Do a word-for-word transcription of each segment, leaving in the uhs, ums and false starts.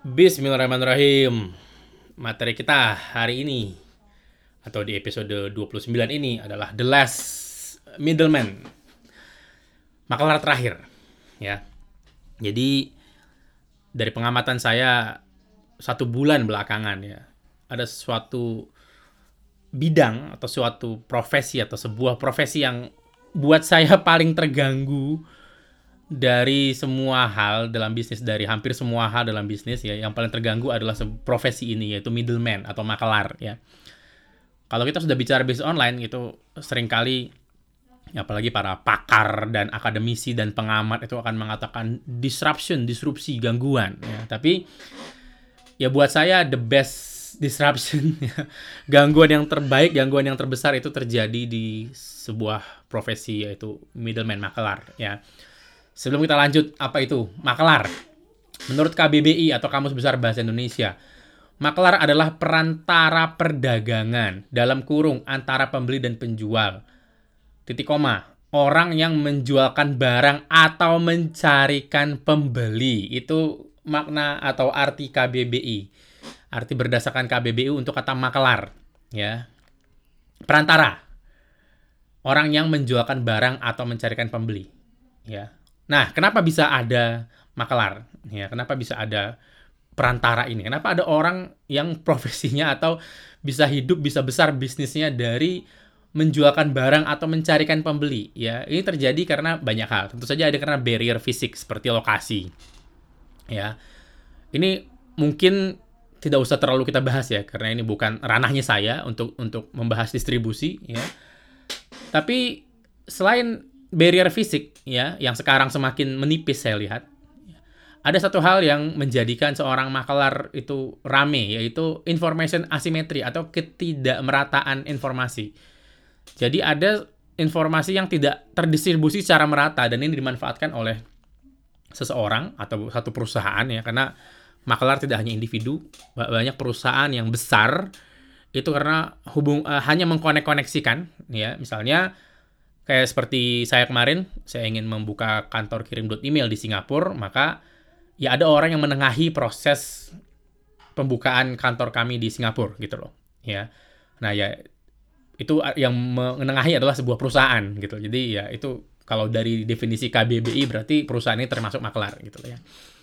Bismillahirrahmanirrahim. Materi kita hari ini atau di episode dua puluh sembilan ini adalah The Last Middleman. Makelar terakhir, ya. Jadi dari pengamatan saya satu bulan belakangan ya, ada suatu bidang atau suatu profesi atau sebuah profesi yang buat saya paling terganggu dari semua hal dalam bisnis, dari hampir semua hal dalam bisnis ya, yang paling terganggu adalah profesi ini, yaitu middleman atau makelar ya. Kalau kita sudah bicara bisnis online itu seringkali apalagi para pakar dan akademisi dan pengamat itu akan mengatakan disruption, disrupsi, gangguan ya. Tapi ya buat saya the best disruption ya. Gangguan yang terbaik, gangguan yang terbesar itu terjadi di sebuah profesi yaitu middleman, makelar ya. Sebelum kita lanjut, apa itu makelar? Menurut K B B I atau Kamus Besar Bahasa Indonesia, makelar adalah perantara perdagangan dalam kurung antara pembeli dan penjual. Titik koma, orang yang menjualkan barang atau mencarikan pembeli. Itu makna atau arti K B B I. Arti berdasarkan K B B I untuk kata makelar, ya. Perantara. Orang yang menjualkan barang atau mencarikan pembeli, ya. Nah, kenapa bisa ada makelar? Ya, kenapa bisa ada perantara ini? Kenapa ada orang yang profesinya atau bisa hidup, bisa besar bisnisnya dari menjualkan barang atau mencarikan pembeli? Ya, ini terjadi karena banyak hal. Tentu saja ada karena barrier fisik seperti lokasi. Ya, ini mungkin tidak usah terlalu kita bahas ya, karena ini bukan ranahnya saya untuk untuk membahas distribusi. Ya, tapi selain barrier fisik ya, yang sekarang semakin menipis saya lihat, ada satu hal yang menjadikan seorang makelar itu rame, yaitu information asymmetry atau ketidakmerataan informasi. Jadi ada informasi yang tidak terdistribusi secara merata dan ini dimanfaatkan oleh seseorang atau satu perusahaan ya, karena makelar tidak hanya individu, banyak perusahaan yang besar itu karena hubung uh, hanya mengkonek-koneksikan ya, misalnya kayak seperti saya kemarin, saya ingin membuka kantor kirim email di Singapura, maka ya ada orang yang menengahi proses pembukaan kantor kami di Singapura gitu loh, ya. Nah ya itu yang menengahi adalah sebuah perusahaan gitu. Jadi ya itu kalau dari definisi K B B I berarti perusahaan ini termasuk makelar gitu loh ya.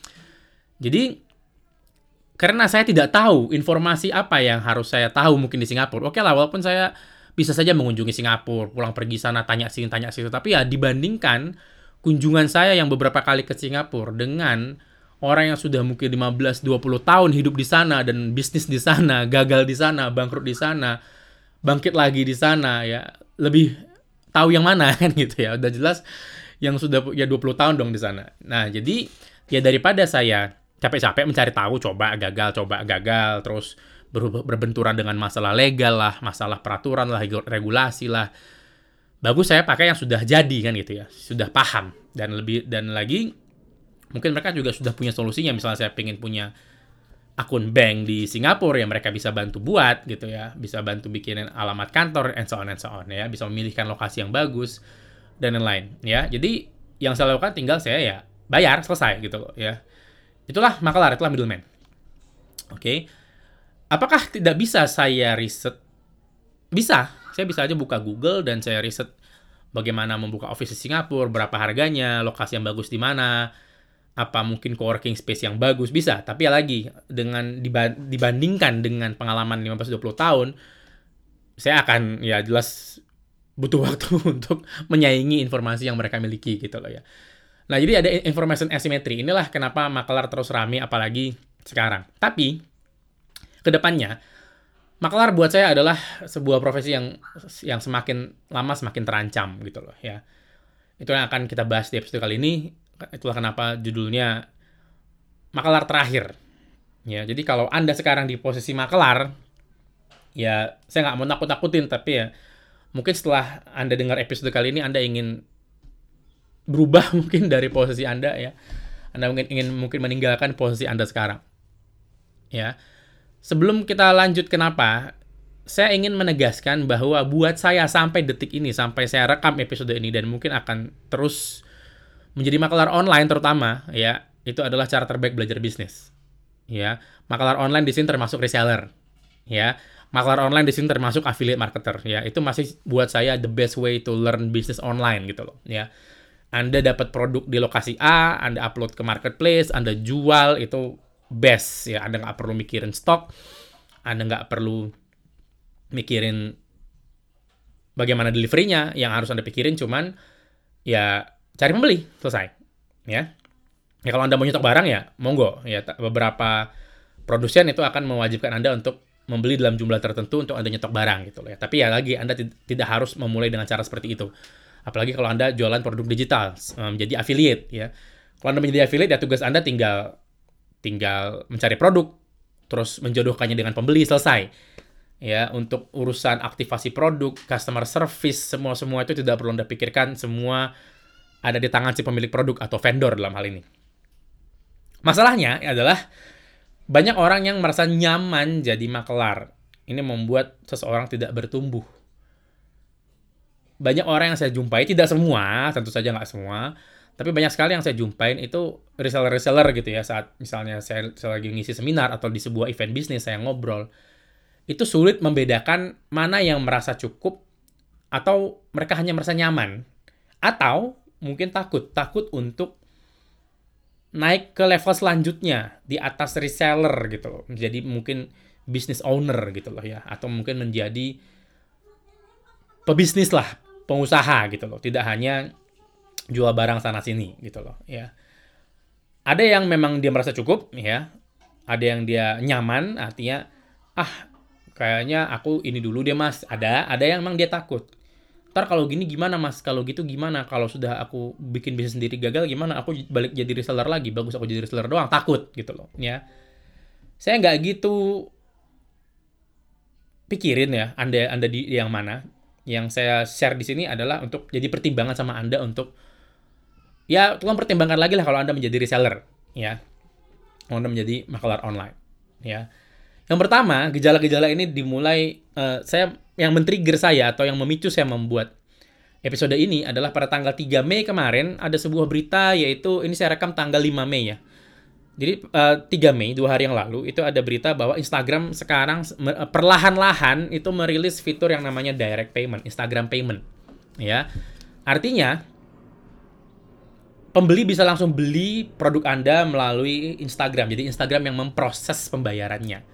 Jadi karena saya tidak tahu informasi apa yang harus saya tahu mungkin di Singapura. Oke lah, walaupun saya bisa saja mengunjungi Singapura, pulang pergi sana, tanya sini, tanya situ. Tapi ya dibandingkan kunjungan saya yang beberapa kali ke Singapura dengan orang yang sudah mungkin lima belas dua puluh tahun hidup di sana dan bisnis di sana, gagal di sana, bangkrut di sana, bangkit lagi di sana, ya lebih tahu yang mana kan gitu ya. Udah jelas yang sudah ya dua puluh tahun dong di sana. Nah, jadi ya daripada saya capek-capek mencari tahu, coba gagal, coba gagal, terus berbenturan dengan masalah legal lah, masalah peraturan lah, regulasi lah. Bagus saya pakai yang sudah jadi kan gitu ya, sudah paham dan lebih dan lagi mungkin mereka juga sudah punya solusinya. Misalnya saya pengen punya akun bank di Singapura yang mereka bisa bantu buat gitu ya, bisa bantu bikinin alamat kantor and so on and so on ya, bisa memilihkan lokasi yang bagus dan lain-lain ya. Jadi yang saya lakukan tinggal saya ya bayar, selesai gitu loh ya. Itulah makelar, itulah middleman. Oke. Okay. Apakah tidak bisa saya riset? Bisa. Saya bisa aja buka Google dan saya riset bagaimana membuka office di Singapura, berapa harganya, lokasi yang bagus di mana, apa mungkin co-working space yang bagus, bisa. Tapi ya lagi, dengan dibandingkan dengan pengalaman lima belas dua puluh tahun, saya akan ya jelas butuh waktu untuk menyaingi informasi yang mereka miliki gitu loh ya. Nah, jadi ada information asymmetry. Inilah kenapa makelar terus rame apalagi sekarang. Tapi kedepannya, makelar buat saya adalah sebuah profesi yang yang semakin lama semakin terancam gitu loh ya. Itu yang akan kita bahas di episode kali ini. Itulah kenapa judulnya makelar terakhir. Ya, jadi kalau Anda sekarang di posisi makelar, ya saya nggak mau nakut-nakutin, tapi ya mungkin setelah Anda dengar episode kali ini Anda ingin berubah mungkin dari posisi Anda ya. Anda mungkin ingin mungkin meninggalkan posisi Anda sekarang. Ya. Sebelum kita lanjut kenapa, saya ingin menegaskan bahwa buat saya sampai detik ini, sampai saya rekam episode ini dan mungkin akan terus menjadi makelar online terutama, ya, itu adalah cara terbaik belajar bisnis. ya. Makelar online di sini termasuk reseller, ya. Makelar online di sini termasuk affiliate marketer, ya. Itu masih buat saya the best way to learn business online gitu loh, ya. Anda dapat produk di lokasi A, Anda upload ke marketplace, Anda jual, itu best, ya. Anda nggak perlu mikirin stok, Anda nggak perlu mikirin bagaimana delivery-nya. Yang harus Anda pikirin cuman ya cari pembeli, selesai, ya. Ya kalau Anda mau nyetok barang ya monggo, ya beberapa produsen itu akan mewajibkan Anda untuk membeli dalam jumlah tertentu untuk Anda nyetok barang gitu loh ya. Tapi ya lagi Anda t- tidak harus memulai dengan cara seperti itu. Apalagi kalau Anda jualan produk digital, menjadi affiliate ya. Kalau Anda menjadi affiliate ya tugas Anda tinggal tinggal mencari produk, terus menjodohkannya dengan pembeli, selesai. Ya, untuk urusan aktivasi produk, customer service, semua-semua itu tidak perlu Anda pikirkan, semua ada di tangan si pemilik produk atau vendor dalam hal ini. Masalahnya adalah banyak orang yang merasa nyaman jadi makelar. Ini membuat seseorang tidak bertumbuh. Banyak orang yang saya jumpai, tidak semua, tentu saja nggak semua, tapi banyak sekali yang saya jumpain itu reseller-reseller gitu ya, saat misalnya saya, saya lagi ngisi seminar atau di sebuah event bisnis, saya ngobrol, itu sulit membedakan mana yang merasa cukup atau mereka hanya merasa nyaman. Atau mungkin takut, takut untuk naik ke level selanjutnya di atas reseller gitu loh. Jadi mungkin business owner gitu loh ya, atau mungkin menjadi pebisnis lah, pengusaha gitu loh. Tidak hanya jual barang sana sini gitu loh ya. Ada yang memang dia merasa cukup ya. Ada yang dia nyaman, artinya ah kayaknya aku ini dulu deh Mas. Ada, ada yang memang dia takut. Ntar kalau gini gimana Mas? Kalau gitu gimana? Kalau sudah aku bikin bisnis sendiri gagal gimana? Aku balik jadi reseller lagi. Bagus aku jadi reseller doang. Takut gitu loh. Ya. Saya nggak gitu pikirin ya. Anda Anda di yang mana? Yang saya share di sini adalah untuk jadi pertimbangan sama Anda untuk ya tolong pertimbangkan lagi lah kalau Anda menjadi reseller. Ya. Kalau Anda menjadi makelar online. Ya. Yang pertama, gejala-gejala ini dimulai, uh, saya yang men-trigger saya atau yang memicu saya membuat episode ini adalah pada tanggal tiga Mei kemarin, ada sebuah berita, yaitu, ini saya rekam tanggal lima Mei ya. Jadi, uh, tiga Mei, dua hari yang lalu, itu ada berita bahwa Instagram sekarang perlahan-lahan itu merilis fitur yang namanya direct payment, Instagram payment. Ya. Artinya, pembeli bisa langsung beli produk Anda melalui Instagram. Jadi, Instagram yang memproses pembayarannya.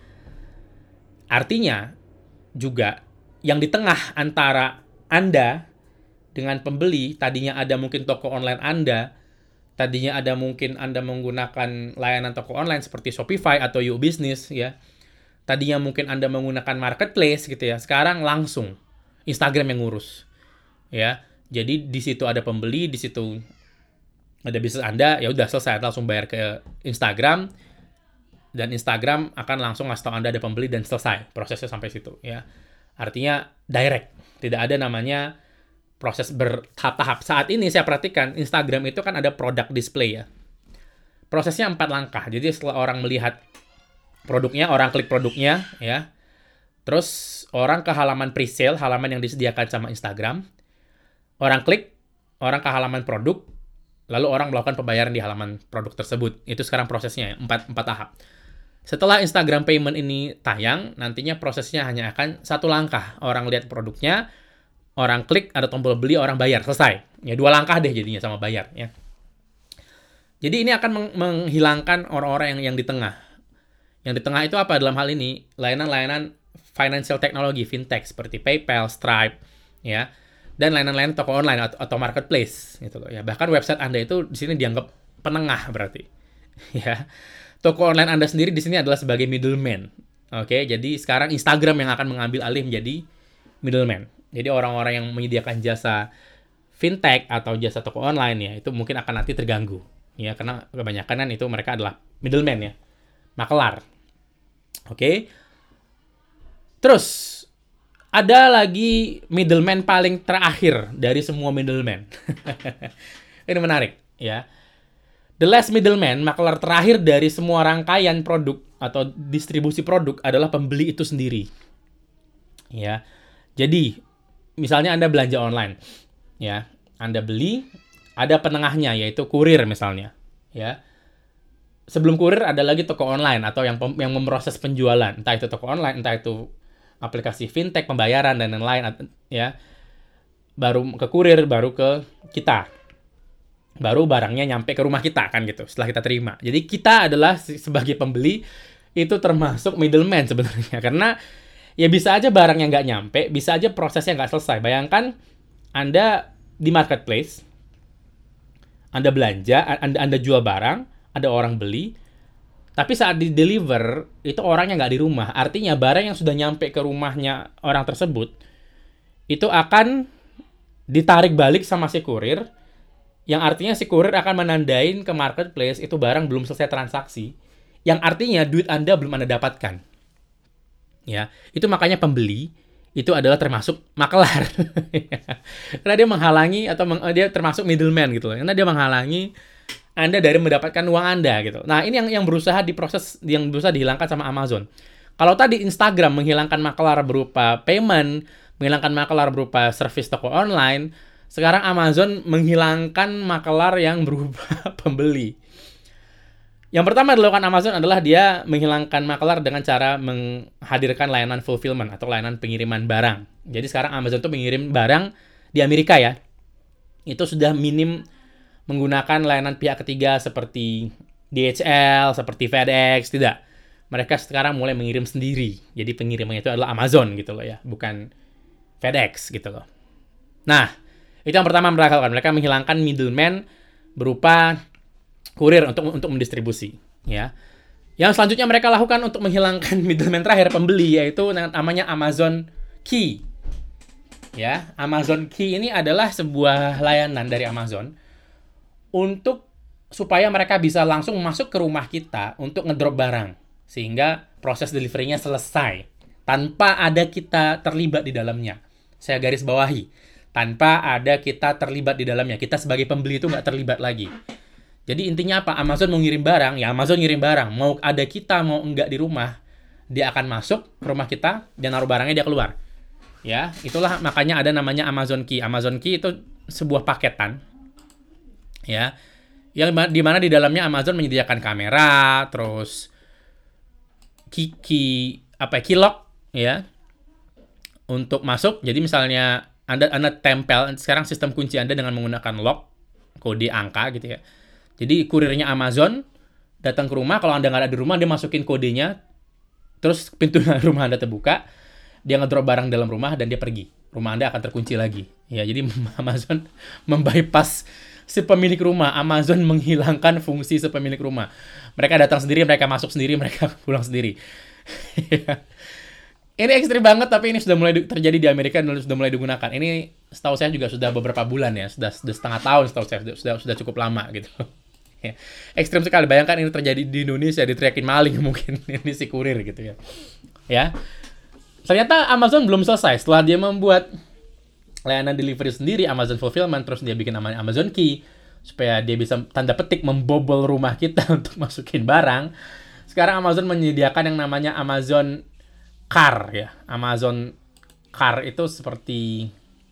Artinya juga yang di tengah antara Anda dengan pembeli, tadinya ada mungkin toko online Anda, tadinya ada mungkin Anda menggunakan layanan toko online seperti Shopify atau You Business ya. Tadinya mungkin Anda menggunakan marketplace gitu ya. Sekarang langsung Instagram yang ngurus. Ya. Jadi di situ ada pembeli, di situ ada bisnis Anda, ya udah selesai, langsung bayar ke Instagram. Dan Instagram akan langsung ngasih tahu Anda ada pembeli dan selesai prosesnya sampai situ ya. Artinya direct, tidak ada namanya proses bertahap-tahap. Saat ini saya perhatikan Instagram itu kan ada product display ya. Prosesnya empat langkah. Jadi setelah orang melihat produknya, orang klik produknya ya. Terus orang ke halaman pre-sale, halaman yang disediakan sama Instagram. Orang klik, orang ke halaman produk, lalu orang melakukan pembayaran di halaman produk tersebut. Itu sekarang prosesnya ya, empat, empat tahap. Setelah Instagram payment ini tayang, nantinya prosesnya hanya akan satu langkah. Orang lihat produknya, orang klik, ada tombol beli, orang bayar, selesai. Ya dua langkah deh jadinya sama bayar ya. Jadi ini akan meng- menghilangkan orang-orang yang yang di tengah. Yang di tengah itu apa dalam hal ini? Layanan-layanan financial technology, fintech seperti PayPal, Stripe, ya, dan layanan-layanan toko online atau, atau marketplace gitu loh ya. Bahkan website Anda itu di sini dianggap penengah berarti. Ya. Toko online Anda sendiri di sini adalah sebagai middleman. Oke, jadi sekarang Instagram yang akan mengambil alih menjadi middleman. Jadi orang-orang yang menyediakan jasa fintech atau jasa toko online ya, itu mungkin akan nanti terganggu. Ya, karena kebanyakan kan itu mereka adalah middleman ya. Makelar. Oke. Terus ada lagi middleman paling terakhir dari semua middleman. Ini menarik ya. The last middleman, makelar terakhir dari semua rangkaian produk atau distribusi produk adalah pembeli itu sendiri. Ya. Jadi, misalnya Anda belanja online, ya. Anda beli, ada penengahnya yaitu kurir misalnya, ya. sebelum kurir ada lagi toko online atau yang pem- yang memproses penjualan, entah itu toko online, entah itu aplikasi fintech pembayaran dan lain-lain at- ya. Baru ke kurir, baru ke kita. Baru barangnya nyampe ke rumah kita kan gitu setelah kita terima. Jadi kita adalah se- sebagai pembeli itu termasuk middleman sebenarnya karena ya bisa aja barangnya nggak nyampe, bisa aja prosesnya nggak selesai. Bayangkan Anda di marketplace, Anda belanja, Anda, Anda jual barang, ada orang beli, tapi saat di deliver itu orangnya nggak di rumah. Artinya barang yang sudah nyampe ke rumahnya orang tersebut itu akan ditarik balik sama si kurir, yang artinya si kurir akan menandain ke marketplace itu barang belum selesai transaksi, yang artinya duit Anda belum Anda dapatkan. Ya, itu makanya pembeli itu adalah termasuk makelar. Karena dia menghalangi atau meng, dia termasuk middleman gitu loh. Karena dia menghalangi Anda dari mendapatkan uang Anda gitu. Nah, ini yang yang berusaha diproses, yang berusaha dihilangkan sama Amazon. Kalau tadi Instagram menghilangkan makelar berupa payment, menghilangkan makelar berupa service toko online, sekarang Amazon menghilangkan makelar yang berupa pembeli. Yang pertama dilakukan Amazon adalah dia menghilangkan makelar dengan cara menghadirkan layanan fulfillment atau layanan pengiriman barang. Jadi sekarang Amazon tuh mengirim barang di Amerika ya. Itu sudah minim menggunakan layanan pihak ketiga seperti D H L, seperti FedEx, tidak. Mereka sekarang mulai mengirim sendiri. Jadi pengirimannya itu adalah Amazon gitu loh ya, bukan FedEx gitu loh. Nah, itu yang pertama mereka lakukan. Mereka menghilangkan middleman berupa kurir untuk untuk mendistribusi, ya. Yang selanjutnya mereka lakukan untuk menghilangkan middleman terakhir pembeli yaitu namanya Amazon Key. Ya, Amazon Key ini adalah sebuah layanan dari Amazon untuk supaya mereka bisa langsung masuk ke rumah kita untuk ngedrop barang sehingga proses delivery-nya selesai tanpa ada kita terlibat di dalamnya. Saya garis bawahi. Tanpa ada kita terlibat di dalamnya. Kita sebagai pembeli itu nggak terlibat lagi. Jadi intinya apa? Amazon mau ngirim barang, ya Amazon ngirim barang. Mau ada kita, mau enggak di rumah, dia akan masuk ke rumah kita, dia naruh barangnya, dia keluar. Ya, itulah makanya ada namanya Amazon Key. Amazon Key itu sebuah paketan. Ya, yang di mana di dalamnya Amazon menyediakan kamera, terus key, key apa ya, key lock, ya, untuk masuk. Jadi misalnya Anda, Anda tempel, sekarang sistem kunci Anda dengan menggunakan lock, kode angka gitu ya. Jadi kurirnya Amazon datang ke rumah, kalau Anda nggak ada di rumah, dia masukin kodenya, terus pintu rumah Anda terbuka, dia ngedrop barang dalam rumah, dan dia pergi. Rumah Anda akan terkunci lagi. Ya, jadi Amazon membypass si pemilik rumah. Amazon menghilangkan fungsi si pemilik rumah. Mereka datang sendiri, mereka masuk sendiri, mereka pulang sendiri. Ini ekstrim banget, tapi ini sudah mulai terjadi di Amerika dan sudah mulai digunakan. Ini setahu saya juga sudah beberapa bulan ya, sudah, sudah setengah tahun setahu saya, sudah, sudah, sudah cukup lama gitu. Ya. Ekstrim sekali, bayangkan ini terjadi di Indonesia, diteriakin maling mungkin, ini si kurir gitu ya. Ya. Ternyata Amazon belum selesai, setelah dia membuat layanan delivery sendiri, Amazon Fulfillment, terus dia bikin namanya Amazon Key, supaya dia bisa tanda petik membobol rumah kita untuk masukin barang. Sekarang Amazon menyediakan yang namanya Amazon Car ya. Amazon Car itu seperti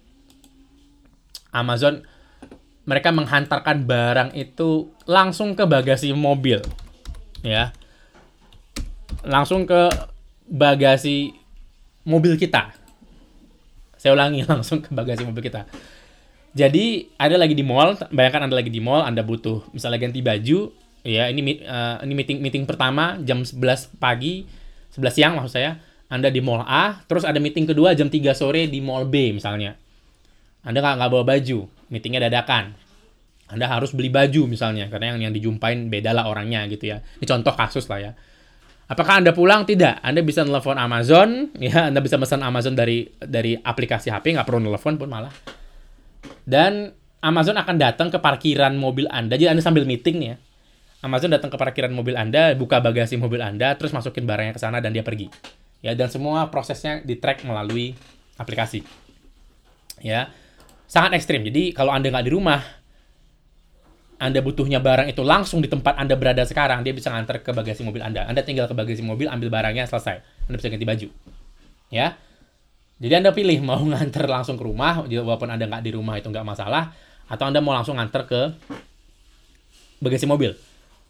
Amazon, mereka menghantarkan barang itu langsung ke bagasi mobil. Ya. Langsung ke bagasi mobil kita. Saya ulangi, langsung ke bagasi mobil kita. Jadi, ada lagi di mall, bayangkan Anda lagi di mall, Anda butuh misalnya ganti baju, ya, ini uh, ini meeting meeting pertama jam sebelas pagi, sebelas siang maksud saya. Anda di mall A, terus ada meeting kedua jam tiga sore di mall B misalnya. Anda nggak nggak bawa baju, meetingnya dadakan. Anda harus beli baju misalnya, karena yang yang dijumpain beda lah orangnya gitu ya. Ini contoh kasus lah ya. Apakah Anda pulang? Tidak. Anda bisa telepon Amazon, ya. Anda bisa pesan Amazon dari dari aplikasi H P, nggak perlu telepon pun malah. Dan Amazon akan datang ke parkiran mobil Anda. Jadi Anda sambil meeting nih ya. Amazon datang ke parkiran mobil Anda, buka bagasi mobil Anda, terus masukin barangnya ke sana dan dia pergi. Ya, dan semua prosesnya di-track melalui aplikasi. Ya, sangat ekstrim. Jadi, kalau Anda nggak di rumah, Anda butuhnya barang itu langsung di tempat Anda berada sekarang, dia bisa nganter ke bagasi mobil Anda. Anda tinggal ke bagasi mobil, ambil barangnya, selesai. Anda bisa ganti baju. Ya, jadi Anda pilih mau nganter langsung ke rumah, walaupun Anda nggak di rumah itu nggak masalah, atau Anda mau langsung nganter ke bagasi mobil.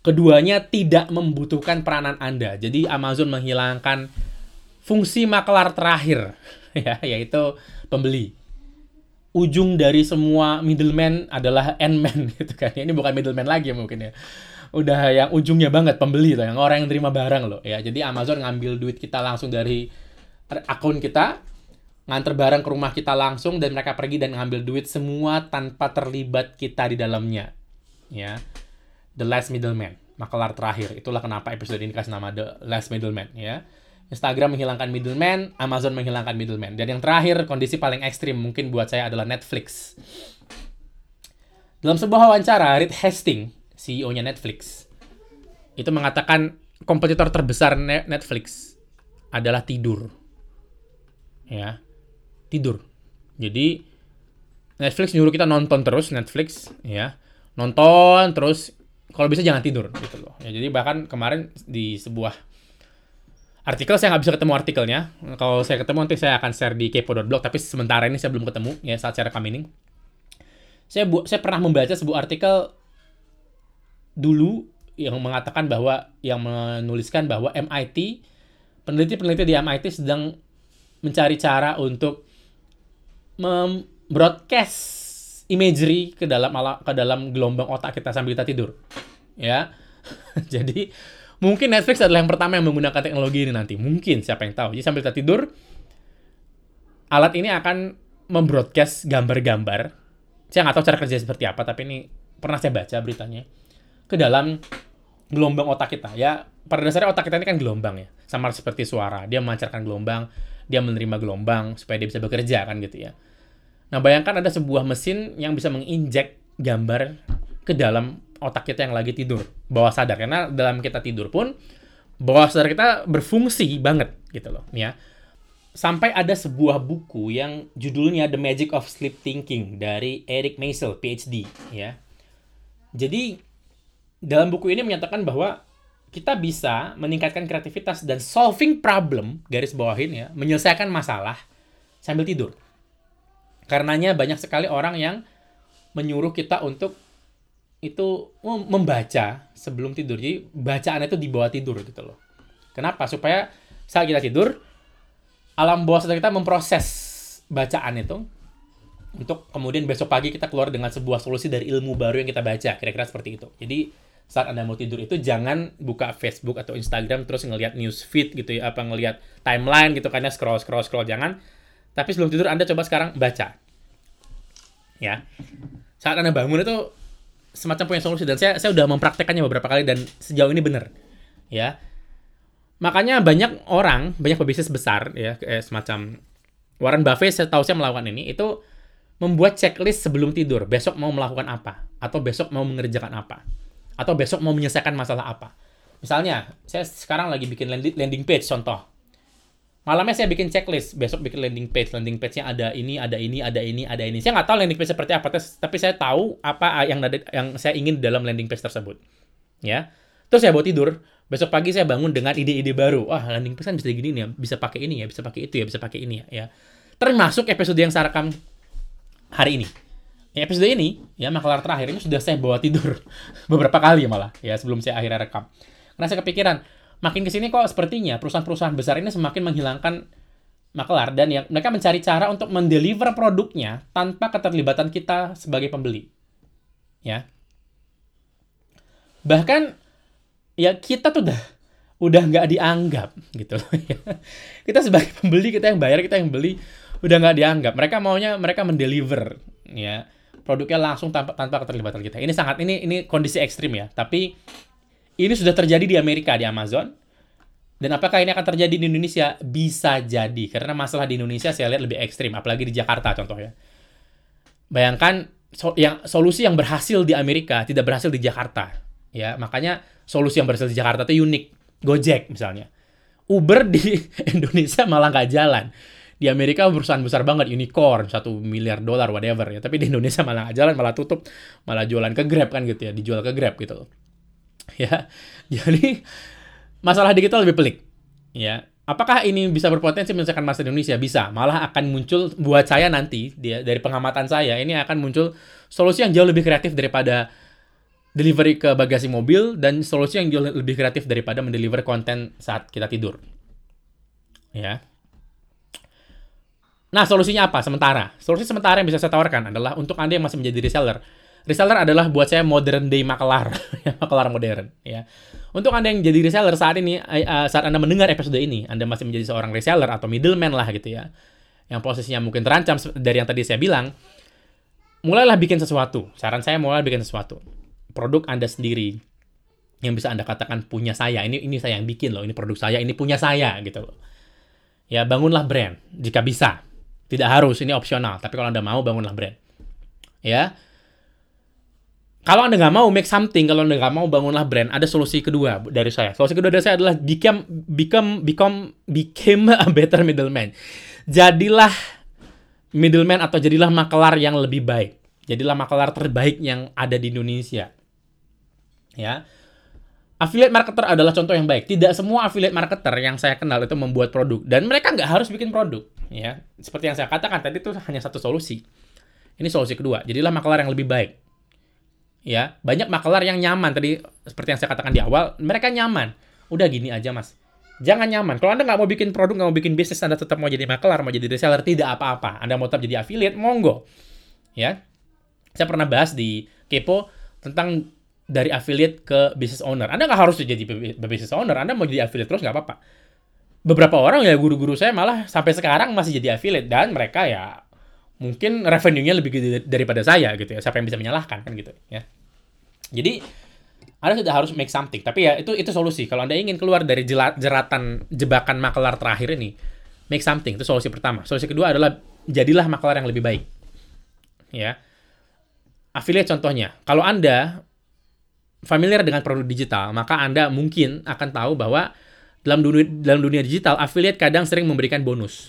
Keduanya tidak membutuhkan peranan Anda. Jadi Amazon menghilangkan fungsi makelar terakhir, ya, yaitu pembeli. Ujung dari semua middleman adalah endman gitu kan. Ini bukan middleman lagi mungkin ya. Udah yang ujungnya banget pembeli loh, yang orang yang terima barang loh ya. Jadi Amazon ngambil duit kita langsung dari akun kita, nganter barang ke rumah kita langsung, dan mereka pergi dan ngambil duit semua tanpa terlibat kita di dalamnya. Ya. The last middleman, makelar terakhir. Itulah kenapa episode ini kasih nama The Last Middleman ya. Instagram menghilangkan middleman, Amazon menghilangkan middleman. Dan yang terakhir, kondisi paling ekstrim mungkin buat saya adalah Netflix. Dalam sebuah wawancara, Reed Hastings, C E O-nya Netflix, itu mengatakan kompetitor terbesar Netflix adalah tidur. Ya, tidur. Jadi Netflix nyuruh kita nonton terus Netflix, ya. Nonton terus, kalau bisa jangan tidur gitu loh. Ya, jadi bahkan kemarin di sebuah artikel, saya nggak bisa ketemu artikelnya. Kalau saya ketemu nanti saya akan share di kepo dot blog, tapi sementara ini saya belum ketemu ya saat saya rekam ini. Saya bu- saya pernah membaca sebuah artikel dulu yang mengatakan bahwa yang menuliskan bahwa M I T, peneliti-peneliti di M I T sedang mencari cara untuk mem-broadcast imagery ke dalam ala, ke dalam gelombang otak kita sambil kita tidur. Ya. Jadi mungkin Netflix adalah yang pertama yang menggunakan teknologi ini nanti. Mungkin, siapa yang tahu. Jadi sambil kita tidur, alat ini akan membroadcast gambar-gambar. Saya nggak tahu cara kerja seperti apa, tapi ini pernah saya baca beritanya. Ke dalam gelombang otak kita. Ya, pada dasarnya otak kita ini kan gelombang ya. Sama seperti suara. Dia memancarkan gelombang, dia menerima gelombang supaya dia bisa bekerja kan gitu ya. Nah, bayangkan ada sebuah mesin yang bisa menginjek gambar ke dalam otak kita yang lagi tidur, bawah sadar. Karena dalam kita tidur pun, bawah sadar kita berfungsi banget gitu loh. Ya. Sampai ada sebuah buku yang judulnya The Magic of Sleep Thinking dari Eric Maisel, P H D. Ya. Jadi, dalam buku ini menyatakan bahwa kita bisa meningkatkan kreativitas dan solving problem, garis bawahin ya, menyelesaikan masalah sambil tidur. Karenanya banyak sekali orang yang menyuruh kita untuk itu membaca sebelum tidur. Jadi bacaan itu di bawah tidur gitu loh. Kenapa? Supaya saat kita tidur, alam bawah sadar kita memproses bacaan itu untuk kemudian besok pagi kita keluar dengan sebuah solusi dari ilmu baru yang kita baca. Kira-kira seperti itu. Jadi saat Anda mau tidur itu jangan buka Facebook atau Instagram terus ngelihat news feed gitu ya, apa ngelihat timeline gitu kan ya, scroll scroll scroll, jangan. Tapi sebelum tidur Anda coba sekarang baca. Ya. Saat Anda bangun itu semacam punya solusi, dan saya saya udah mempraktekannya beberapa kali dan sejauh ini benar. Ya. Makanya banyak orang, banyak pebisnis besar ya, kayak semacam Warren Buffett, saya tahu saya melakukan ini, itu membuat checklist sebelum tidur. Besok mau melakukan apa, atau besok mau mengerjakan apa, atau besok mau menyelesaikan masalah apa. Misalnya, saya sekarang lagi bikin landing page contoh. Malamnya saya bikin checklist, besok bikin landing page. Landing page-nya ada ini, ada ini, ada ini, ada ini. Saya nggak tahu landing page seperti apa, tapi saya tahu apa yang ada, yang saya ingin dalam landing page tersebut. Ya. Terus saya bawa tidur, besok pagi saya bangun dengan ide-ide baru. Wah, landing page kan bisa gini nih ya, bisa pakai ini ya, bisa pakai itu ya, bisa pakai ini ya. ya. Termasuk episode yang saya rekam hari ini. Ya, episode ini, ya, makelar terakhir ini sudah saya bawa tidur beberapa kali malah, ya, sebelum saya akhirnya rekam. Karena saya kepikiran, makin kesini kok sepertinya perusahaan-perusahaan besar ini semakin menghilangkan makelar, dan yang mereka mencari cara untuk mendeliver produknya tanpa keterlibatan kita sebagai pembeli. Ya. Bahkan ya kita tuh udah udah nggak dianggap gitu loh ya. Kita sebagai pembeli, kita yang bayar, kita yang beli, udah nggak dianggap. Mereka maunya mereka mendeliver ya produknya langsung tanpa tanpa keterlibatan kita. Ini sangat ini ini kondisi ekstrim ya, tapi ini sudah terjadi di Amerika, di Amazon. Dan apakah ini akan terjadi di Indonesia? Bisa jadi. Karena masalah di Indonesia saya lihat lebih ekstrim. Apalagi di Jakarta contohnya. Bayangkan so, yang, solusi yang berhasil di Amerika tidak berhasil di Jakarta. Ya, makanya solusi yang berhasil di Jakarta itu unik. Gojek misalnya. Uber di Indonesia malah nggak jalan. Di Amerika perusahaan besar banget, unicorn, satu miliar dolar, whatever. Ya. Tapi di Indonesia malah nggak jalan, malah tutup. Malah jualan ke Grab kan gitu ya. Dijual ke Grab gitu loh. Ya, jadi masalah di kita lebih pelik. Ya, apakah ini bisa berpotensi menyelesaikan masalah Indonesia? Bisa. Malah akan muncul buat saya nanti dia dari pengamatan saya ini akan muncul solusi yang jauh lebih kreatif daripada delivery ke bagasi mobil, dan solusi yang jauh lebih kreatif daripada mendeliver konten saat kita tidur. Ya. Nah, solusinya apa? Sementara. Solusi sementara yang bisa saya tawarkan adalah untuk Anda yang masih menjadi reseller. Reseller adalah buat saya modern day makelar, makelar modern. Ya. Untuk Anda yang jadi reseller saat ini, saat Anda mendengar episode ini, Anda masih menjadi seorang reseller atau middleman lah gitu ya, yang posisinya mungkin terancam dari yang tadi saya bilang, mulailah bikin sesuatu. Saran saya mulai bikin sesuatu. Produk Anda sendiri yang bisa Anda katakan punya saya. Ini ini saya yang bikin loh, ini produk saya, ini punya saya gitu loh. Ya, bangunlah brand jika bisa. Tidak harus, ini opsional. Tapi kalau Anda mau, bangunlah brand. Ya. Kalau Anda nggak mau make something, kalau Anda nggak mau bangunlah brand, ada solusi kedua dari saya. Solusi kedua dari saya adalah become become become become a better middleman. Jadilah middleman atau jadilah makelar yang lebih baik. Jadilah makelar terbaik yang ada di Indonesia. Ya. Affiliate marketer adalah contoh yang baik. Tidak semua affiliate marketer yang saya kenal itu membuat produk. Dan mereka nggak harus bikin produk. Ya. Seperti yang saya katakan tadi, itu hanya satu solusi. Ini solusi kedua. Jadilah makelar yang lebih baik. Ya, banyak makelar yang nyaman. Tadi, seperti yang saya katakan di awal, mereka nyaman. Udah gini aja, Mas. Jangan nyaman. Kalau Anda nggak mau bikin produk, nggak mau bikin bisnis, Anda tetap mau jadi makelar, mau jadi reseller, tidak apa-apa. Anda mau tetap jadi affiliate, monggo. Ya. Saya pernah bahas di Kepo tentang dari affiliate ke business owner. Anda nggak harus jadi business owner. Anda mau jadi affiliate terus nggak apa-apa. Beberapa orang ya, guru-guru saya malah sampai sekarang masih jadi affiliate. Dan mereka ya mungkin revenue-nya lebih gede daripada saya gitu ya. Siapa yang bisa menyalahkan kan gitu ya. Jadi Anda sudah harus make something. Tapi ya itu itu solusi. Kalau Anda ingin keluar dari jelat, jeratan jebakan makelar terakhir ini, make something. Itu solusi pertama. Solusi kedua adalah jadilah makelar yang lebih baik. Ya. Affiliate contohnya. Kalau Anda familiar dengan produk digital, maka Anda mungkin akan tahu bahwa dalam dunia, dalam dunia digital, affiliate kadang sering memberikan bonus.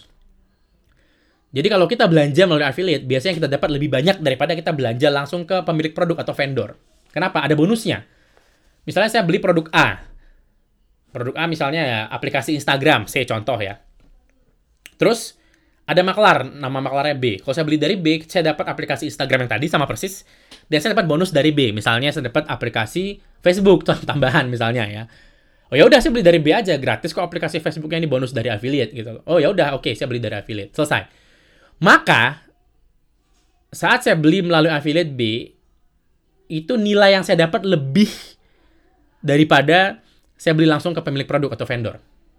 Jadi kalau kita belanja melalui affiliate, biasanya kita dapat lebih banyak daripada kita belanja langsung ke pemilik produk atau vendor. Kenapa? Ada bonusnya. Misalnya saya beli produk A. Produk A misalnya ya aplikasi Instagram, saya contoh ya. Terus ada maklar, nama maklarnya B. Kalau saya beli dari B, saya dapat aplikasi Instagram yang tadi sama persis, dan saya dapat bonus dari B. Misalnya saya dapat aplikasi Facebook tambahan misalnya ya. Oh ya udah, saya beli dari B aja, gratis kok aplikasi Facebooknya, ini bonus dari affiliate gitu. Oh ya udah, oke, saya beli dari affiliate. Selesai. Maka saat saya beli melalui affiliate B, itu nilai yang saya dapat lebih daripada saya beli langsung ke pemilik produk atau vendor.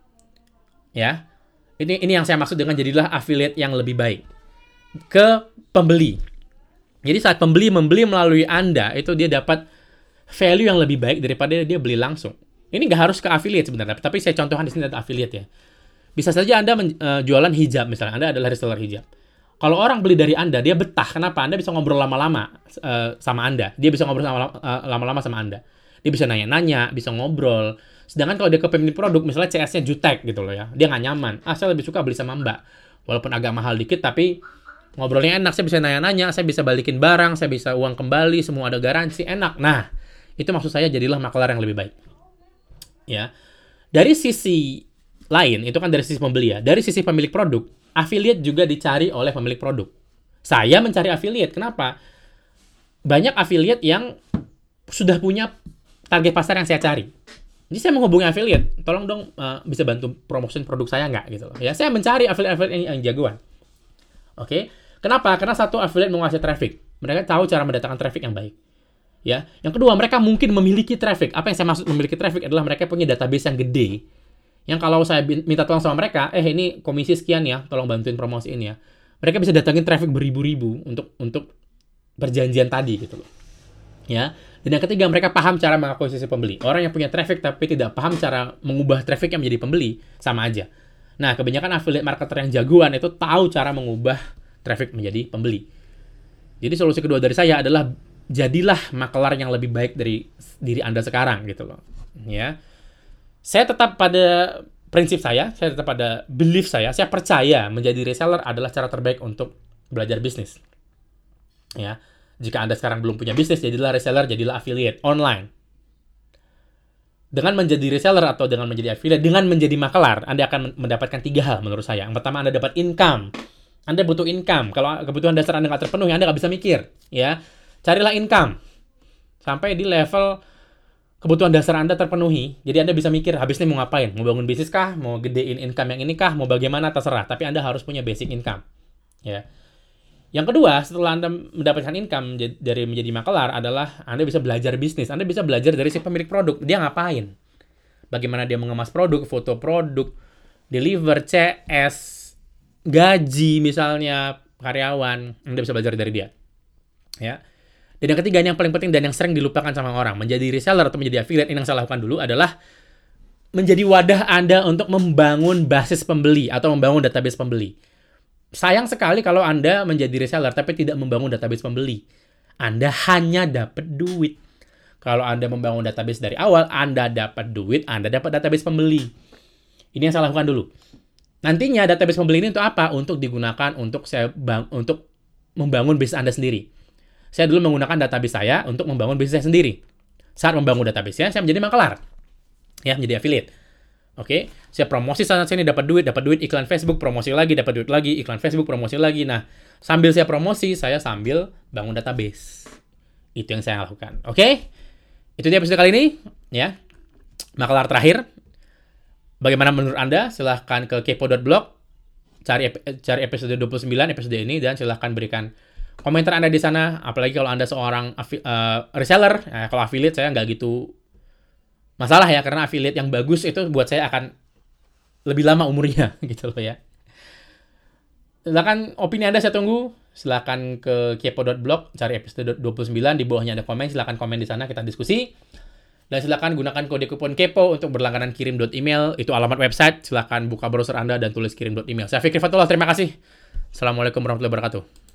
Ya. Ini ini yang saya maksud dengan jadilah affiliate yang lebih baik ke pembeli. Jadi saat pembeli membeli melalui Anda, itu dia dapat value yang lebih baik daripada dia beli langsung. Ini nggak harus ke affiliate sebenarnya, tapi saya contohkan di sini ada affiliate ya. Bisa saja Anda men, uh, jualan hijab misalnya, Anda adalah reseller hijab. Kalau orang beli dari Anda, dia betah. Kenapa? Anda bisa ngobrol lama-lama uh, sama Anda. Dia bisa ngobrol sama, uh, lama-lama sama Anda. Dia bisa nanya-nanya, bisa ngobrol. Sedangkan kalau dia ke pemilik produk, misalnya C S-nya jutek gitu loh ya, dia nggak nyaman. Ah, saya lebih suka beli sama Mbak. Walaupun agak mahal dikit, tapi ngobrolnya enak. Saya bisa nanya-nanya, saya bisa balikin barang, saya bisa uang kembali, semua ada garansi, enak. Nah, itu maksud saya jadilah makelar yang lebih baik. Ya. Dari sisi lain, itu kan dari sisi pembeli ya. Dari sisi pemilik produk, affiliate juga dicari oleh pemilik produk. Saya mencari affiliate. Kenapa? Banyak affiliate yang sudah punya target pasar yang saya cari. Jadi saya menghubungi affiliate, tolong dong uh, bisa bantu promotion produk saya nggak gitu loh. Ya, saya mencari affiliate-affiliate yang, yang jagoan. Oke. Okay? Kenapa? Karena satu, affiliate menguasai traffic. Mereka tahu cara mendatangkan traffic yang baik. Ya. Yang kedua, mereka mungkin memiliki traffic. Apa yang saya maksud memiliki traffic adalah mereka punya database yang gede. Yang kalau saya minta tolong sama mereka, eh ini komisi sekian ya, tolong bantuin promosi ini ya. Mereka bisa datangin traffic beribu-ribu untuk untuk perjanjian tadi gitu loh. Ya. Dan yang ketiga, mereka paham cara mengakuisisi pembeli. Orang yang punya traffic tapi tidak paham cara mengubah traffic yang menjadi pembeli, sama aja. Nah, kebanyakan affiliate marketer yang jagoan itu tahu cara mengubah traffic menjadi pembeli. Jadi solusi kedua dari saya adalah jadilah makelar yang lebih baik dari diri Anda sekarang gitu loh. Ya. Saya tetap pada prinsip saya, saya tetap pada belief saya, saya percaya menjadi reseller adalah cara terbaik untuk belajar bisnis. Ya. Jika Anda sekarang belum punya bisnis, jadilah reseller, jadilah affiliate online. Dengan menjadi reseller atau dengan menjadi affiliate, dengan menjadi makelar, Anda akan mendapatkan tiga hal menurut saya. Yang pertama, Anda dapat income. Anda butuh income. Kalau kebutuhan dasar Anda nggak terpenuhi, Anda nggak bisa mikir. Ya, carilah income. Sampai di level kebutuhan dasar Anda terpenuhi. Jadi Anda bisa mikir, habis ini mau ngapain? Mau bangun bisnis kah? Mau gedein income yang ini kah? Mau bagaimana? Terserah. Tapi Anda harus punya basic income. Ya. Yang kedua, setelah Anda mendapatkan income dari menjadi makelar adalah Anda bisa belajar bisnis. Anda bisa belajar dari si pemilik produk. Dia ngapain? Bagaimana dia mengemas produk, foto produk, deliver, C S, gaji misalnya, karyawan. Anda bisa belajar dari dia. Ya. Dan yang ketiga, yang paling penting dan yang sering dilupakan sama orang, menjadi reseller atau menjadi affiliate, ini yang saya lakukan dulu adalah menjadi wadah Anda untuk membangun basis pembeli atau membangun database pembeli. Sayang sekali kalau Anda menjadi reseller tapi tidak membangun database pembeli. Anda hanya dapat duit. Kalau Anda membangun database dari awal, Anda dapat duit, Anda dapat database pembeli. Ini yang saya lakukan dulu. Nantinya database pembeli ini untuk apa? Untuk digunakan untuk saya bang untuk membangun bisnis Anda sendiri. Saya dulu menggunakan database saya untuk membangun bisnis saya sendiri. Saat membangun database-nya, saya menjadi makelar. Ya, menjadi affiliate. Oke, saya promosi sana sini, dapat duit, dapat duit, iklan Facebook, promosi lagi, dapat duit lagi, iklan Facebook, promosi lagi. Nah, sambil saya promosi, saya sambil bangun database. Itu yang saya lakukan. Oke? Itu dia episode kali ini. Ya, makelar terakhir. Bagaimana menurut Anda? Silahkan ke kepo dot blog, cari, cari episode dua puluh sembilan, episode ini, dan silahkan berikan komentar Anda di sana, apalagi kalau Anda seorang uh, reseller. Nah, kalau affiliate saya nggak gitu masalah ya, karena affiliate yang bagus itu buat saya akan lebih lama umurnya gitu loh ya. Silakan opini Anda saya tunggu. Silakan ke kepo dot blog, cari episode dua puluh sembilan, di bawahnya ada komen, silakan komen di sana, kita diskusi. Dan silakan gunakan kode kupon kepo untuk berlangganan kirim dot email, itu alamat website. Silakan buka browser Anda dan tulis kirim dot email. Saya Fikri Fatullah, terima kasih. Assalamualaikum warahmatullahi wabarakatuh.